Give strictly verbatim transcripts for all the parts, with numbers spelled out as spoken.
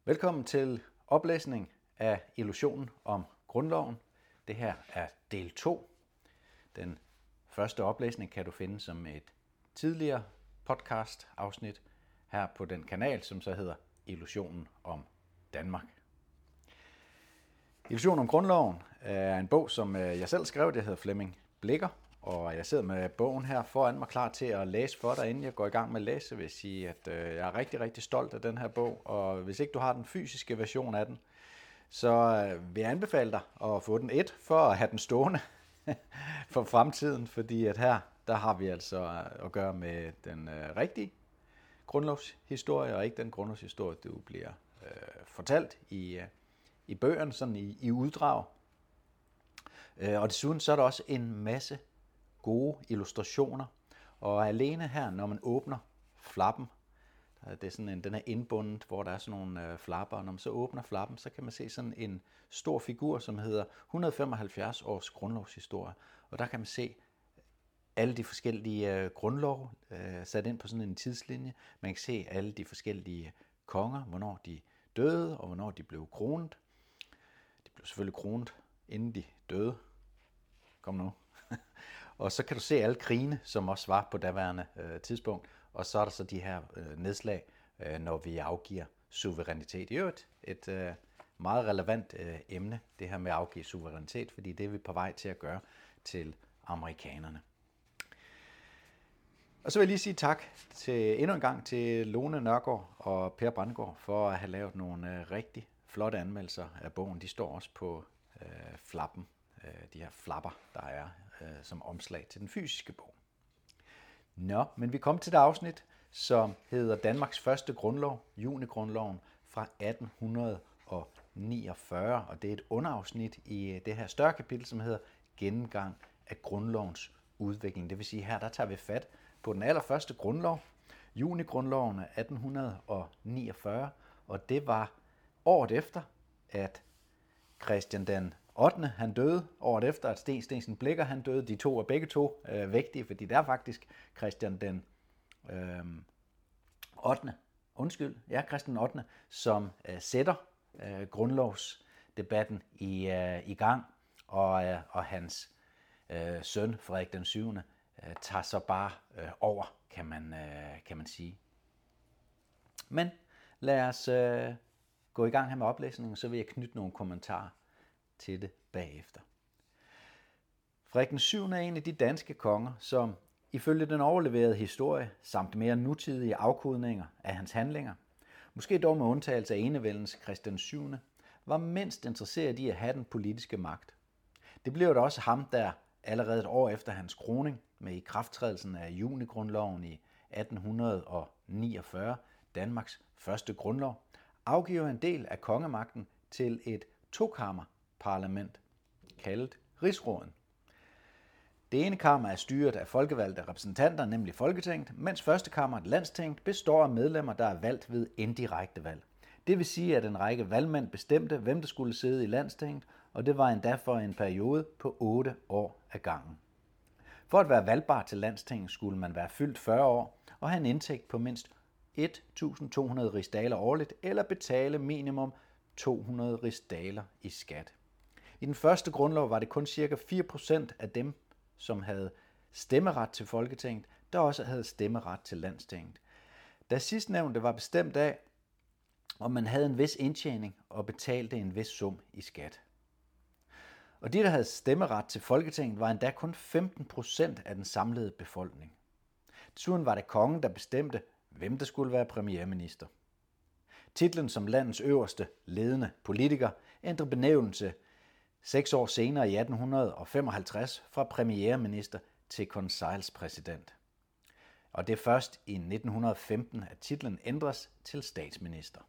Velkommen til oplæsning af Illusionen om Grundloven. Det her er del to. Den første oplæsning kan du finde som et tidligere podcast afsnit her på den kanal, som så hedder Illusionen om Danmark. Illusionen om Grundloven er en bog, som jeg selv skrev. Det hedder Flemming Blicher, og jeg sidder med bogen her foran mig klar til at læse for dig, inden jeg går i gang med at læse. Jeg vil sige, at jeg er rigtig, rigtig stolt af den her bog, og hvis ikke du har den fysiske version af den, så vil jeg anbefale dig at få den et for at have den stående for fremtiden, fordi at her, der har vi altså at gøre med den rigtige grundlovshistorie, og ikke den grundlovshistorie, du bliver øh, fortalt i, i bøgerne, sådan i, i uddrag. Og desuden så er der også en masse gode illustrationer, og alene her, når man åbner flappen, det er sådan en, den er indbundet, hvor der er sådan nogle øh, flapper, og når man så åbner flappen, så kan man se sådan en stor figur, som hedder et hundrede og femoghalvfjerds års grundlovshistorie, og der kan man se alle de forskellige øh, grundlov øh, sat ind på sådan en tidslinje. Man kan se alle de forskellige konger, hvornår de døde, og hvornår de blev kronet. De blev selvfølgelig kronet, inden de døde. Kom nu. Og så kan du se alle krigene, som også var på daværende øh, tidspunkt. Og så er der så de her øh, nedslag, øh, når vi afgiver suverænitet. I øvrigt et øh, meget relevant øh, emne, det her med at afgive suverænitet, fordi det er vi på vej til at gøre til amerikanerne. Og så vil jeg lige sige tak til endnu en gang til Lone Nørgaard og Per Brandgaard for at have lavet nogle øh, rigtig flotte anmeldelser af bogen. De står også på øh, flappen, øh, de her flapper, der er øh, som omslag til den fysiske bog. Nå, men vi kom til det afsnit, som hedder Danmarks første grundlov, Junigrundloven fra atten niogfyrre, og det er et underafsnit i det her større kapitel, som hedder Gennemgang af grundlovens udvikling. Det vil sige, her der tager vi fat på den allerførste grundlov, Junigrundloven af atten niogfyrre, og det var året efter, at Christian den ottende han døde, året efter, at Sten Steensen Blicher han døde. De to er begge to øh, vigtige, fordi det er faktisk Christian den øh, ottende Undskyld, ja, Christian den ottende som øh, sætter øh, grundlovsdebatten i, øh, i gang, og, øh, og hans øh, søn, Frederik den syvende, øh, tager så bare øh, over, kan man, øh, kan man sige. Men lad os øh, gå i gang her med oplæsningen, så vil jeg knytte nogle kommentarer til det bagefter. Frederik den syvende er en af de danske konger, som ifølge den overleverede historie, samt mere nutidige afkodninger af hans handlinger, måske dog med undtagelse af enevældens Christian den syvende, var mindst interesseret i at have den politiske magt. Det blev da også ham, der allerede et år efter hans kroning, med ikrafttrædelsen af Junigrundloven i atten niogfyrre, Danmarks første grundlov, afgiver en del af kongemagten til et tokammerparlament, kaldet Rigsråden. Det ene kammer er styret af folkevalgte repræsentanter, nemlig Folketinget, mens første kammer, Landstinget, består af medlemmer, der er valgt ved indirekte valg. Det vil sige, at en række valgmænd bestemte, hvem der skulle sidde i Landstinget, og det var endda for en periode på otte år ad gangen. For at være valgbar til Landstinget skulle man være fyldt fyrre år og have en indtægt på mindst et tusind to hundrede rigsdaler årligt, eller betale minimum to hundrede rigsdaler i skat. I den første grundlov var det kun cirka fire procent af dem, som havde stemmeret til Folketinget, der også havde stemmeret til Landstinget. Da sidstnævnte var bestemt af, om man havde en vis indtjening og betalte en vis sum i skat. Og de, der havde stemmeret til Folketinget, var endda kun femten procent af den samlede befolkning. Desuden var det kongen, der bestemte, hvem der skulle være premierminister. Titlen som landets øverste ledende politiker ændrede benævnelse seks år senere i atten femoghalvtreds fra premierminister til konseilspræsident. Og det er først i nitten femten, at titlen ændres til statsminister.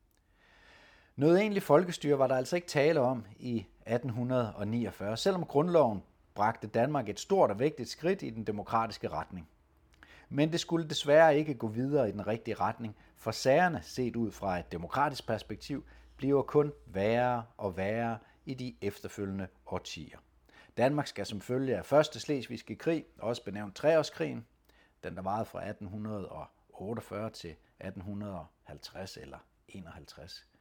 Noget egentlig folkestyre var der altså ikke tale om i atten niogfyrre, selvom grundloven bragte Danmark et stort og vigtigt skridt i den demokratiske retning. Men det skulle desværre ikke gå videre i den rigtige retning, for sagerne set ud fra et demokratisk perspektiv bliver kun værre og værre i de efterfølgende årtier. Danmark skal som følge af første slesvigske krig, også benævnt treårskrigen, den der varede fra atten otteogfyrre til atten halvtreds eller enoghalvtreds,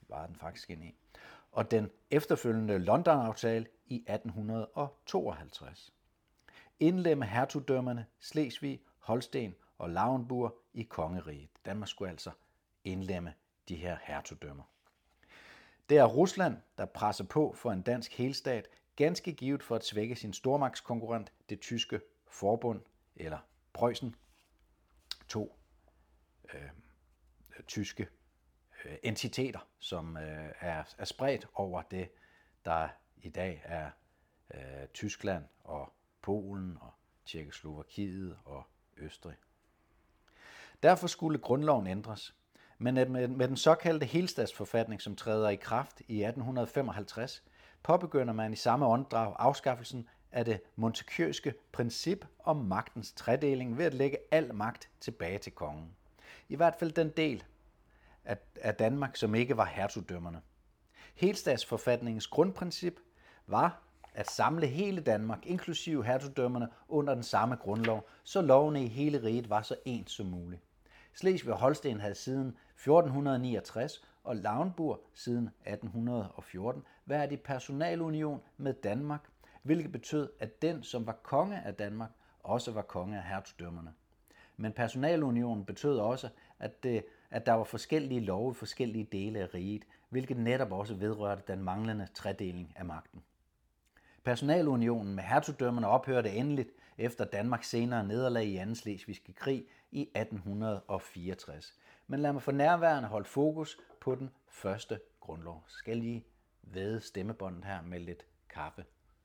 var den faktisk ind i, og den efterfølgende London-aftale i atten tooghalvtreds. Indlemme hertugdømmerne Slesvig, Holsten og Lauenburg i kongeriget. Danmark skulle altså indlemme de her hertugdømmer. Det er Rusland, der presser på for en dansk helstat, ganske givet for at svække sin stormagtskonkurrent, det tyske forbund, eller Preussen, to øh, tyske øh, entiteter, som øh, er, er spredt over det, der i dag er øh, Tyskland og Polen og Tjekkoslovakiet og Østrig. Derfor skulle grundloven ændres, men med den såkaldte helstatsforfatning, som træder i kraft i atten femoghalvtreds, påbegynder man i samme åndedrag afskaffelsen af det Montesquieuske princip om magtens tredeling ved at lægge al magt tilbage til kongen. I hvert fald den del af Danmark, som ikke var hertugdømmerne. Helstatsforfatningens grundprincip var at samle hele Danmark, inklusive hertugdømmerne, under den samme grundlov, så lovene i hele riget var så ens som muligt. Slesvig og Holsten havde siden fjorten niogtres og Lauenburg siden atten fjorten været i personalunion med Danmark, hvilket betød, at den, som var konge af Danmark, også var konge af hertugdømmerne. Men personalunionen betød også, at, det, at der var forskellige love i forskellige dele af riget, hvilket netop også vedrørte den manglende tredeling af magten. Personalunionen med hertugdømmerne ophørte endeligt efter Danmarks senere nederlag i anden slesvigske krig i atten fireogtres. Men lad mig for nærværende holde fokus på den første grundlov. Skal lige væde stemmebåndet her med lidt kaffe.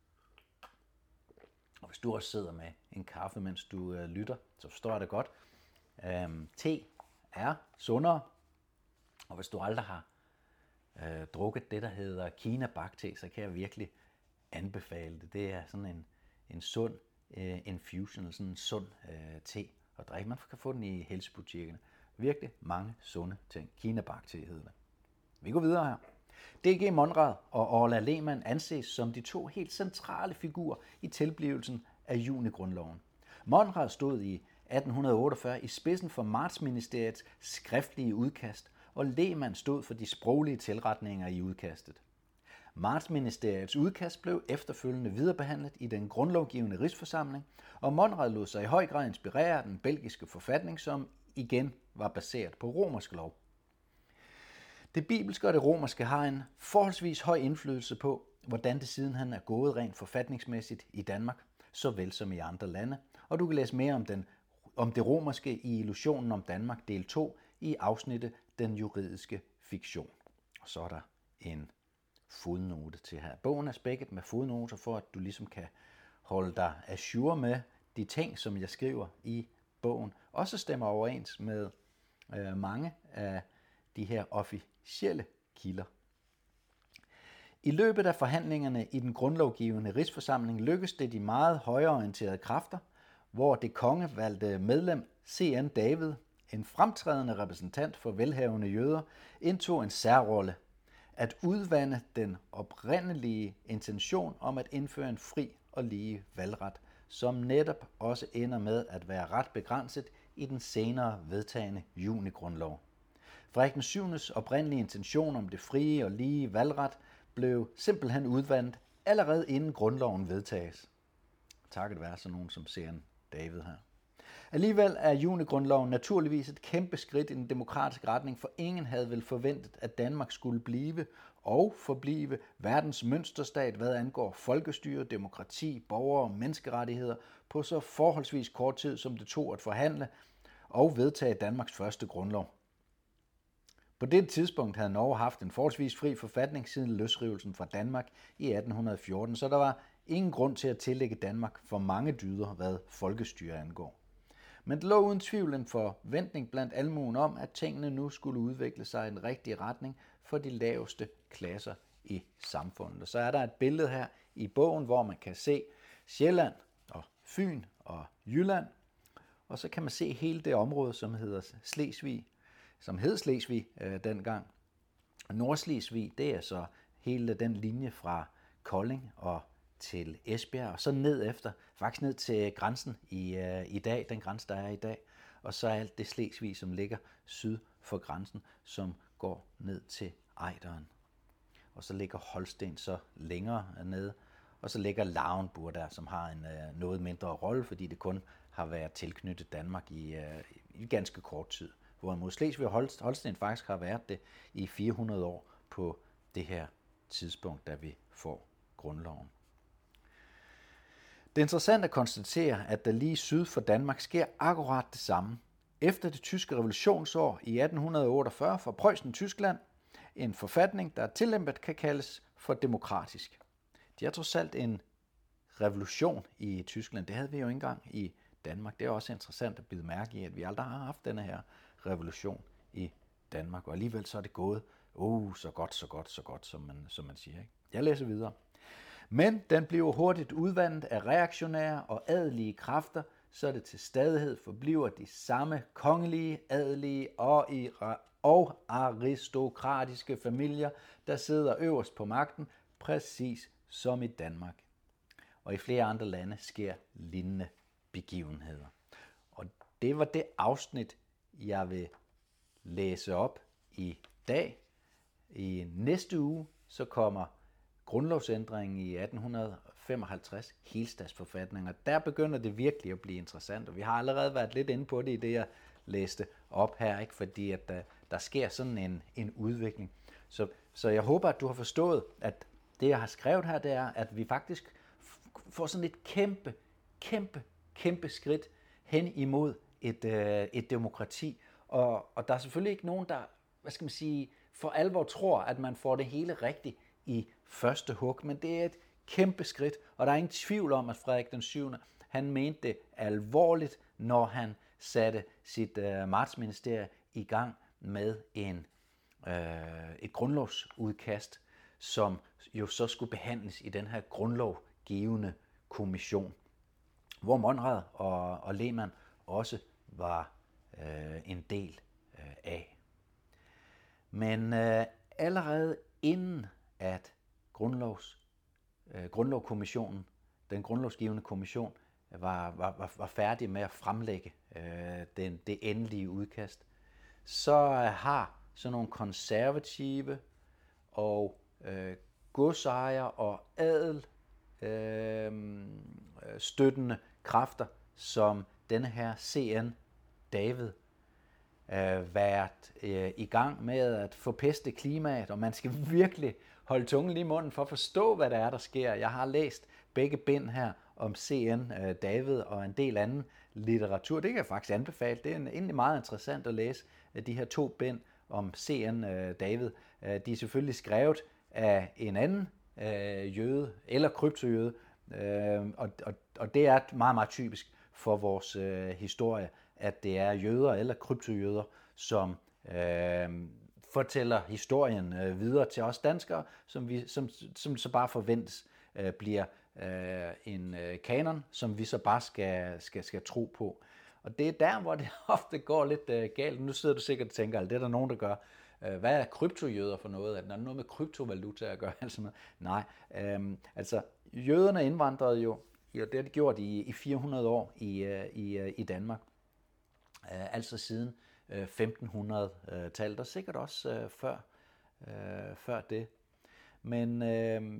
Og hvis du også sidder med en kaffe, mens du øh, lytter, så forstår jeg det godt. Øhm, te er sundere, og hvis du aldrig har øh, drukket det, der hedder Kina-bak-te, så kan jeg virkelig anbefale det. Det er sådan en, en sund øh, infusion, eller sådan en sund øh, te at drikke. Man kan få den i helsebutikkerne. Virkelig mange sunde ting. Kina-bak-te hedder det. Vi går videre her. D G Monrad og Orla Lehmann anses som de to helt centrale figurer i tilblivelsen af junigrundloven. Monrad stod i atten otteogfyrre i spidsen for Martsministeriets skriftlige udkast, og Lehmann stod for de sproglige tilretninger i udkastet. Martsministeriets udkast blev efterfølgende viderebehandlet i den grundlovgivende rigsforsamling, og Monrad lod sig i høj grad inspirere af den belgiske forfatning, som igen var baseret på romersk lov. Det bibelske og det romerske har en forholdsvis høj indflydelse på, hvordan det sidenhen er gået rent forfatningsmæssigt i Danmark, såvel som i andre lande, og du kan læse mere om, den, om det romerske i Illusionen om Danmark del to i afsnittet Den juridiske fiktion. Og så er der en fodnote til her. Bogen er spækket med fodnoter, for at du ligesom kan holde dig ajour med de ting, som jeg skriver i bogen, også stemmer overens med øh, mange af de her officielle kilder. I løbet af forhandlingerne i den grundlovgivende rigsforsamling lykkedes det de meget højreorienterede kræfter, hvor det kongevalgte medlem C N David, en fremtrædende repræsentant for velhavende jøder, indtog en særrolle at udvande den oprindelige intention om at indføre en fri og lige valgret, som netop også ender med at være ret begrænset i den senere vedtagne junigrundlov. Frederik den syvendes oprindelige intention om det frie og lige valgret blev simpelthen udvandet allerede inden grundloven vedtages. Takket være sådan nogen som C N David her. Alligevel er junigrundloven naturligvis et kæmpe skridt i den demokratiske retning, for ingen havde vel forventet, at Danmark skulle blive og forblive verdens mønsterstat, hvad angår folkestyre, demokrati, borgere og menneskerettigheder på så forholdsvis kort tid, som det tog at forhandle og vedtage Danmarks første grundlov. På det tidspunkt havde Norge haft en forholdsvis fri forfatning siden løsrivelsen fra Danmark i atten fjorten, så der var ingen grund til at tillægge Danmark for mange dyder, hvad folkestyre angår. Men det lå uden tvivl en forventning blandt almuen om, at tingene nu skulle udvikle sig i den rigtige retning for de laveste klasser i samfundet. Og så er der et billede her i bogen, hvor man kan se Sjælland og Fyn og Jylland, og så kan man se hele det område, som hedder Slesvig, som hed Slesvig øh, dengang. Nordslesvig, det er så hele den linje fra Kolding og til Esbjerg, og så ned efter, faktisk ned til grænsen i, øh, i dag, den grænse, der er i dag, og så alt det Slesvig, som ligger syd for grænsen, som går går ned til Ejderen. Og så ligger Holsten så længere nede, og så ligger Lauenburg der, som har en øh, noget mindre rolle, fordi det kun har været tilknyttet Danmark i, øh, i ganske kort tid. Hvorimod Slesvig og Holsten faktisk har været det i fire hundrede år på det her tidspunkt, da vi får grundloven. Det er interessant at konstatere, at der lige syd for Danmark sker akkurat det samme. Efter det tyske revolutionsår i atten otteogfyrre for Preussen Tyskland, en forfatning, der tillæmpet kan kaldes for demokratisk. De har trods alt en revolution i Tyskland. Det havde vi jo ikke engang i Danmark. Det er også interessant at bide mærke i, at vi aldrig har haft denne her revolution i Danmark. Og alligevel så er det gået, uh, så godt, så godt, så godt, som man, som man siger. Ikke? Jeg læser videre. Men den bliver hurtigt udvandet af reaktionære og adelige kræfter, så det til stadighed forbliver de samme kongelige, adelige og, og aristokratiske familier, der sidder øverst på magten, præcis som i Danmark. Og i flere andre lande sker lignende begivenheder. Og det var det afsnit, jeg vil læse op i dag. I næste uge så kommer grundlovsændringen i atten femoghalvtreds, helstatsforfatninger. Der begynder det virkelig at blive interessant, og vi har allerede været lidt inde på det i det, jeg læste op her, ikke? Fordi at der, der sker sådan en, en udvikling. Så, så jeg håber, at du har forstået, at det, jeg har skrevet her, det er, at vi faktisk får sådan et kæmpe, kæmpe, kæmpe skridt hen imod et, øh, et demokrati. Og, og der er selvfølgelig ikke nogen, der, hvad skal man sige, for alvor tror, at man får det hele rigtigt i første hug, men det er et kæmpe skridt, og der er ingen tvivl om, at Frederik den syvende, han mente det alvorligt, når han satte sit øh, martsministerie i gang med en, øh, et grundlovsudkast, som jo så skulle behandles i den her grundlovgivende kommission, hvor Monrad og, og Lehmann også var øh, en del øh, af. Men øh, allerede inden at grundlovs, øh, grundlovskommissionen, den grundlovsgivende kommission, var, var, var færdig med at fremlægge øh, den, det endelige udkast, så har sådan nogle konservative og øh, godsejere og adel øh, støttende kræfter, som denne her C N David øh, været øh, i gang med at forpeste klimaet, og man skal virkelig holde tungen lige i munden for at forstå, hvad der er, der sker. Jeg har læst begge bind her om C N David og en del anden litteratur. Det kan jeg faktisk anbefale. Det er egentlig meget interessant at læse de her to bind om C N David. De er selvfølgelig skrevet af en anden øh, jøde eller kryptojøde, øh, og, og, og det er meget, meget typisk for vores øh, historie, at det er jøder eller kryptojøder, som øh, fortæller historien øh, videre til os danskere, som, vi, som, som så bare forventes øh, bliver øh, en øh, kanon, som vi så bare skal, skal, skal tro på. Og det er der, hvor det ofte går lidt øh, galt. Nu sidder du sikkert og tænker, at det er der nogen, der gør. Øh, hvad er kryptojøder for noget? Er der noget med kryptovaluta at gøre? Altså noget? Nej, øh, altså jøderne indvandrede jo, ja, det har de gjort i, i fire hundrede år i, øh, i, øh, i Danmark. Øh, altså siden øh, femten hundrede-tallet, og sikkert også øh, før, øh, før det. Men øh,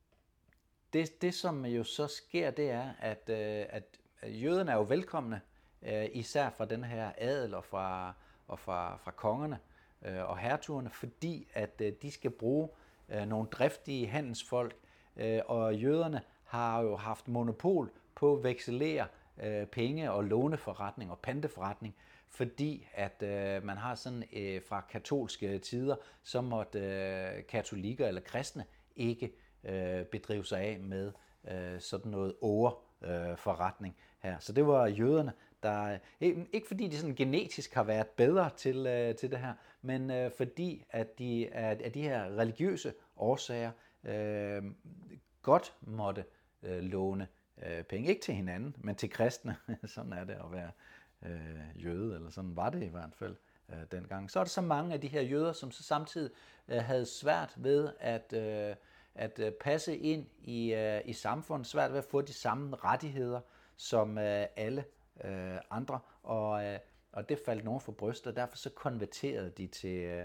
det, det, som jo så sker, det er, at, øh, at jøderne er jo velkomne, øh, især fra den her adel og fra, og fra, fra kongerne øh, og hertugerne, fordi at øh, de skal bruge øh, nogle driftige handelsfolk, øh, og jøderne har jo haft monopol på at vekselere øh, penge og låneforretning og panteforretning, fordi at øh, man har sådan øh, fra katolske tider, så måtte øh, katolikker eller kristne ikke øh, bedrive sig af med øh, sådan noget overforretning øh, her. Så det var jøderne, der ikke fordi de sådan genetisk har været bedre til, øh, til det her, men øh, fordi at de af de her religiøse årsager øh, godt måtte øh, låne øh, penge, ikke til hinanden, men til kristne. Sådan er det at være øh, jøde, eller sådan var det i hvert fald øh, dengang. Så er der så mange af de her jøder, som så samtidig øh, havde svært ved at, øh, at øh, passe ind i, øh, i samfundet, svært ved at få de samme rettigheder som øh, alle øh, andre, og, øh, og det faldt nogen for brystet, og derfor så konverterede de til, øh,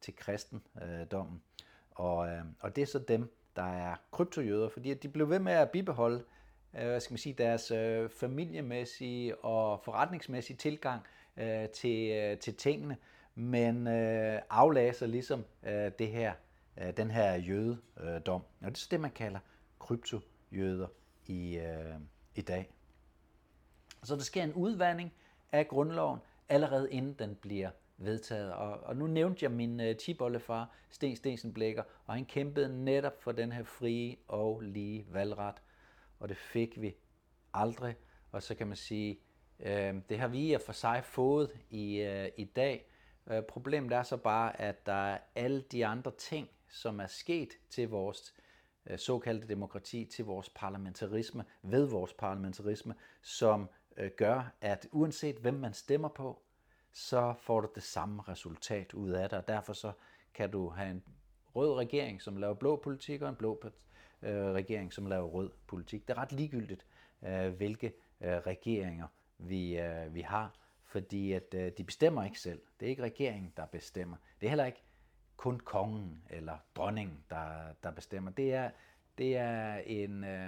til kristendommen. Og, øh, og det er så dem, der er kryptojøder, fordi at de blev ved med at bibeholde øh, hvad skal man sige, deres øh, familiemæssige og forretningsmæssige tilgang øh, til, øh, til tingene, men øh, aflagde sig ligesom øh, det her, øh, den her jødedom. Og det er så det, man kalder kryptojøder i, øh, i dag. Så der sker en udvanding af grundloven, allerede inden den bliver vedtaget. Og, og nu nævnte jeg min uh, tipoldefar, Sten Steensen Blicher, og han kæmpede netop for den her frie og lige valgret. Og det fik vi aldrig. Og så kan man sige, øh, det har vi for sig fået i, øh, i dag. Øh, problemet er så bare, at der er alle de andre ting, som er sket til vores øh, såkaldte demokrati, til vores parlamentarisme, ved vores parlamentarisme, som øh, gør, at uanset hvem man stemmer på, så får du det samme resultat ud af det, og derfor så kan du have en rød regering, som laver blå politik, og en blå øh, regering, som laver rød politik. Det er ret ligegyldigt, øh, hvilke øh, regeringer vi, øh, vi har, fordi at øh, de bestemmer ikke selv. Det er ikke regeringen, der bestemmer. Det er heller ikke kun kongen eller dronningen, der, der bestemmer. Det er, det er en, øh,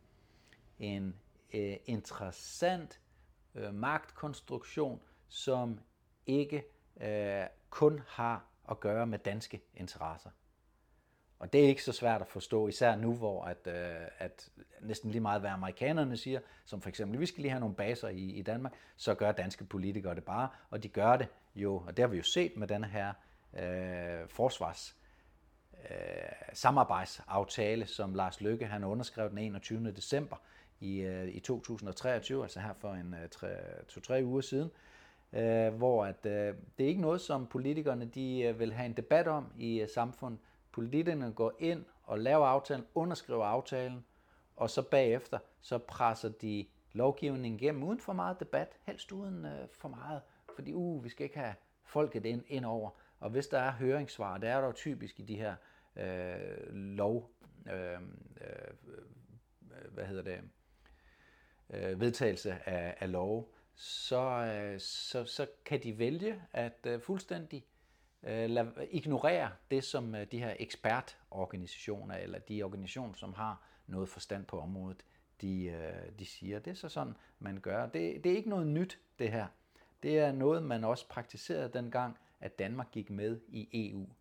en øh, interessant øh, magtkonstruktion, som ikke øh, kun har at gøre med danske interesser. Og det er ikke så svært at forstå, især nu, hvor at, øh, at næsten lige meget, hvad amerikanerne siger, som for eksempel, vi skal lige have nogle baser i, i Danmark, så gør danske politikere det bare, og de gør det jo, og det har vi jo set med den her øh, forsvars øh, samarbejdsaftale, som Lars Løkke han underskrev den enogtyvende december i, øh, i to tusind og treogtyve, altså her for en to-tre uger siden, øh, hvor at, øh, det er ikke noget, som politikerne de, øh, vil have en debat om i øh, samfundet. Politikerne går ind og laver aftalen, underskriver aftalen, og så bagefter så presser de lovgivningen igennem uden for meget debat, helst uden øh, for meget, fordi uh, vi skal ikke have folket ind, ind over. Og hvis der er høringssvar, det er der jo typisk i de her øh, lov, øh, øh, hvad hedder det, øh, vedtagelse af, af love, så, øh, så, så kan de vælge at øh, fuldstændig øh, ignorere det, som øh, de her ekspertorganisationer, eller de organisationer, som har noget forstand på området, de, øh, de siger. Det er så sådan, man gør. Det, det er ikke noget nyt, det her. Det er noget, man også praktiserede dengang, at Danmark gik med i E U.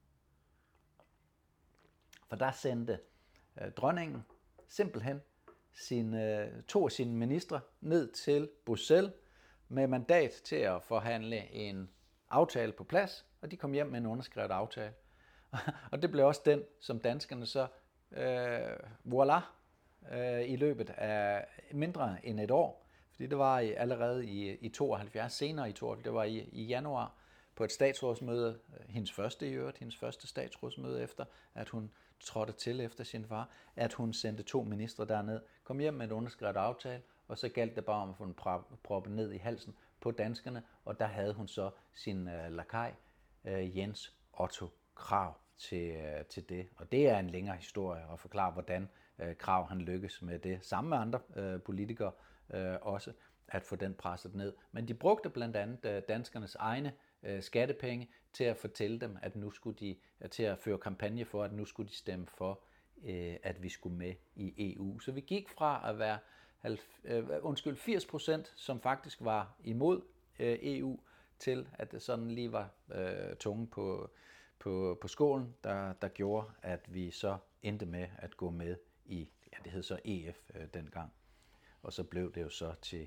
For der sendte øh, dronningen simpelthen sin, øh, to af sine ministre ned til Bruxelles med mandat til at forhandle en aftale på plads, og de kom hjem med en underskrevet aftale. Og det blev også den, som danskerne så, øh, voilà, øh, i løbet af mindre end et år, fordi det var i, allerede i, i tooghalvfjerds, senere i tooghalvfjerds, det var i, i januar, på et statsrådsmøde, hendes første i øvrigt, hendes første statsrådsmøde efter, at hun trådte til efter sin far, at hun sendte to ministre derned, kom hjem med en underskrevet aftale, og så galt det bare om at få den proppet ned i halsen på danskerne, og der havde hun så sin øh, lakaj, øh, Jens Otto Krag, til, øh, til det. Og det er en længere historie at forklare, hvordan øh, Krag han lykkes med det, sammen med andre øh, politikere øh, også, at få den presset ned. Men de brugte blandt andet øh, danskernes egne øh, skattepenge til at fortælle dem, at nu skulle de, øh, til at føre kampagne for, at nu skulle de stemme for, øh, at vi skulle med i E U. Så vi gik fra at være øh, undskyld, firs procent, som faktisk var imod øh, E U, til at det sådan lige var øh, tungen på, på, på skålen, der, der gjorde, at vi så endte med at gå med i, ja, det hed så E F øh, dengang. Og så blev det jo så til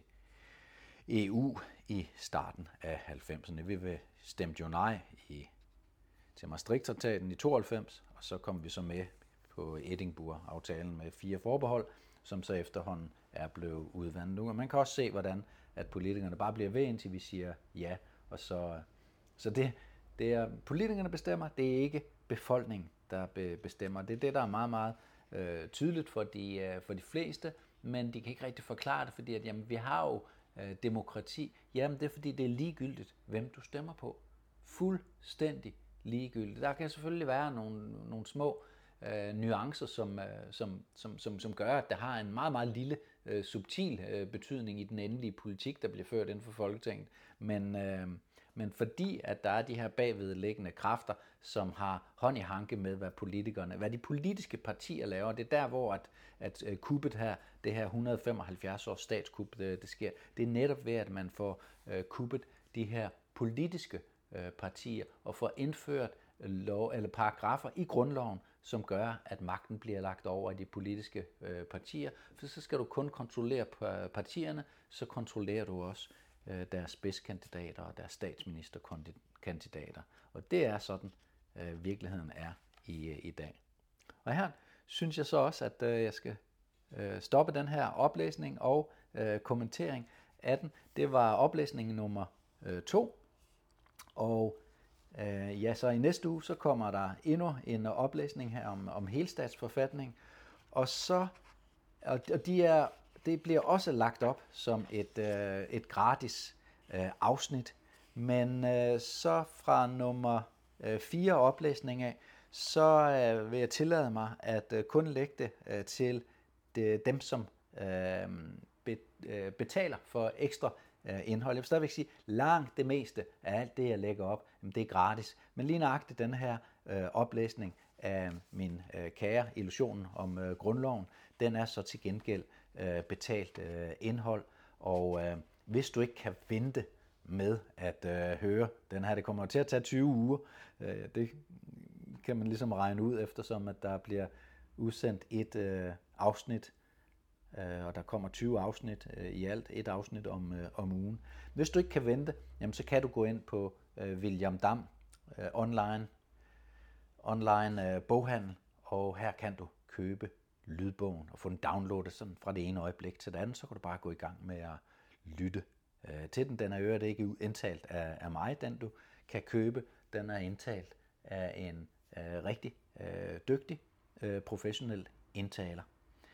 E U i starten af halvfemserne. Vi stemte jo nej i, til Maastricht-traktaten i tooghalvfems, og så kom vi så med på Edinburgh-aftalen med fire forbehold, som så efterhånden er blevet udvandet nu. Og man kan også se, hvordan at politikerne bare bliver ved, indtil vi siger ja. Og så, så det, det er politikerne bestemmer, det er ikke befolkningen, der bestemmer. Det er det, der er meget, meget øh, tydeligt for de, øh, for de fleste, men de kan ikke rigtig forklare det, fordi at, jamen, vi har jo øh, demokrati. Jamen det er fordi, det er ligegyldigt, hvem du stemmer på. Fuldstændig ligegyldigt. Der kan selvfølgelig være nogle, nogle små øh, nuancer, som, øh, som, som, som, som gør, at der har en meget, meget lille øh, subtil øh, betydning i den endelige politik, der bliver ført inden for Folketinget. Men, øh, men fordi at der er de her bagvedliggende kræfter, som har hånd i hanke med, hvad politikerne, hvad de politiske partier laver. Det er der, hvor at, at kuppet her, det her et hundrede og femoghalvfjerds års statskup, det, det sker. Det er netop ved, at man får uh, kuppet de her politiske uh, partier og får indført lov, eller paragrafer i grundloven, som gør, at magten bliver lagt over i de politiske øh, partier. For så skal du kun kontrollere partierne, så kontrollerer du også øh, deres spidskandidater og deres statsministerkandidater. Og det er sådan, øh, virkeligheden er i, i dag. Og her synes jeg så også, at øh, jeg skal øh, stoppe den her oplæsning og øh, kommentering af den. Det var oplæsning nummer øh, to, og Uh, ja, så i næste uge, så kommer der endnu en oplæsning her om, om helstatsforfatning, og så, og de er, det bliver også lagt op som et, uh, et gratis uh, afsnit, men uh, så fra nummer uh, fire oplæsning af, så uh, vil jeg tillade mig at uh, kun lægge det uh, til det, dem, som uh, be, uh, betaler for ekstra indhold. Jeg vil stadigvæk sige, langt det meste af alt det, jeg lægger op, det er gratis. Men lige nøjagtigt den her øh, oplæsning af min øh, kære illusion om øh, grundloven, den er så til gengæld øh, betalt øh, indhold. Og øh, hvis du ikke kan vente med at øh, høre den her, det kommer til at tage tyve uger. Øh, det kan man ligesom regne ud, eftersom at der bliver udsendt et øh, afsnit, og der kommer tyve afsnit i alt, et afsnit om, om ugen. Hvis du ikke kan vente, jamen så kan du gå ind på uh, William Dam uh, online, online uh, boghandel, og her kan du købe lydbogen og få den downloadet sådan fra det ene øjeblik til det andet, så kan du bare gå i gang med at lytte uh, til den. Den er øvrigt ikke indtalt af, af mig, den du kan købe. Den er indtalt af en uh, rigtig uh, dygtig, uh, professionel indtaler.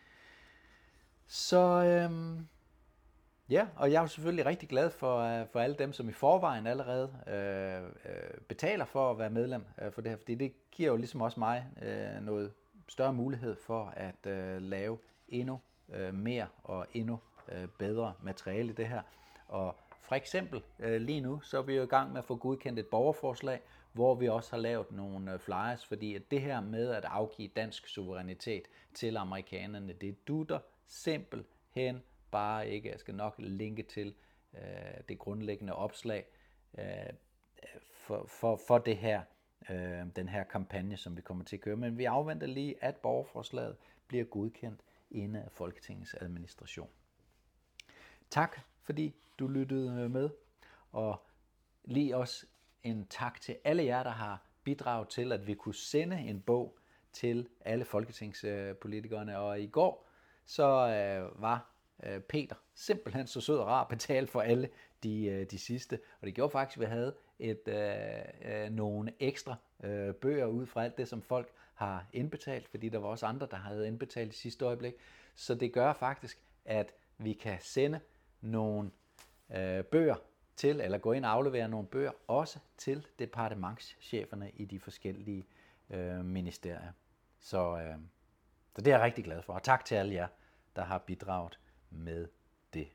Så øhm, ja, og jeg er jo selvfølgelig rigtig glad for, for alle dem, som i forvejen allerede øh, øh, betaler for at være medlem øh, for det her, fordi det giver jo ligesom også mig øh, noget større mulighed for at øh, lave endnu øh, mere og endnu øh, bedre materiale i det her. Og for eksempel øh, lige nu, så er vi jo i gang med at få godkendt et borgerforslag, hvor vi også har lavet nogle øh, flyers, fordi at det her med at afgive dansk suverænitet til amerikanerne, det dutter simpelthen bare ikke. Jeg skal nok linke til øh, det grundlæggende opslag øh, for, for, for det her, øh, den her kampagne, som vi kommer til at køre. Men vi afventer lige, at borgerforslaget bliver godkendt inde af Folketingets administration. Tak, fordi du lyttede med, og lige også en tak til alle jer, der har bidraget til, at vi kunne sende en bog til alle folketingspolitikerne. Og i går, så øh, var øh, Peter simpelthen så sød og rar at betale for alle de, øh, de sidste. Og det gjorde faktisk, at vi havde et, øh, øh, nogle ekstra øh, bøger ud fra alt det, som folk har indbetalt, fordi der var også andre, der havde indbetalt i sidste øjeblik. Så det gør faktisk, at vi kan sende nogle øh, bøger til, eller gå ind og aflevere nogle bøger, også til departementscheferne i de forskellige øh, ministerier. Så, øh, så det er jeg rigtig glad for, og tak til alle jer, der har bidraget med det.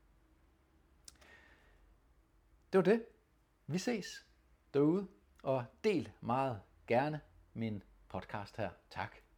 Det var det. Vi ses derude, og del meget gerne min podcast her. Tak.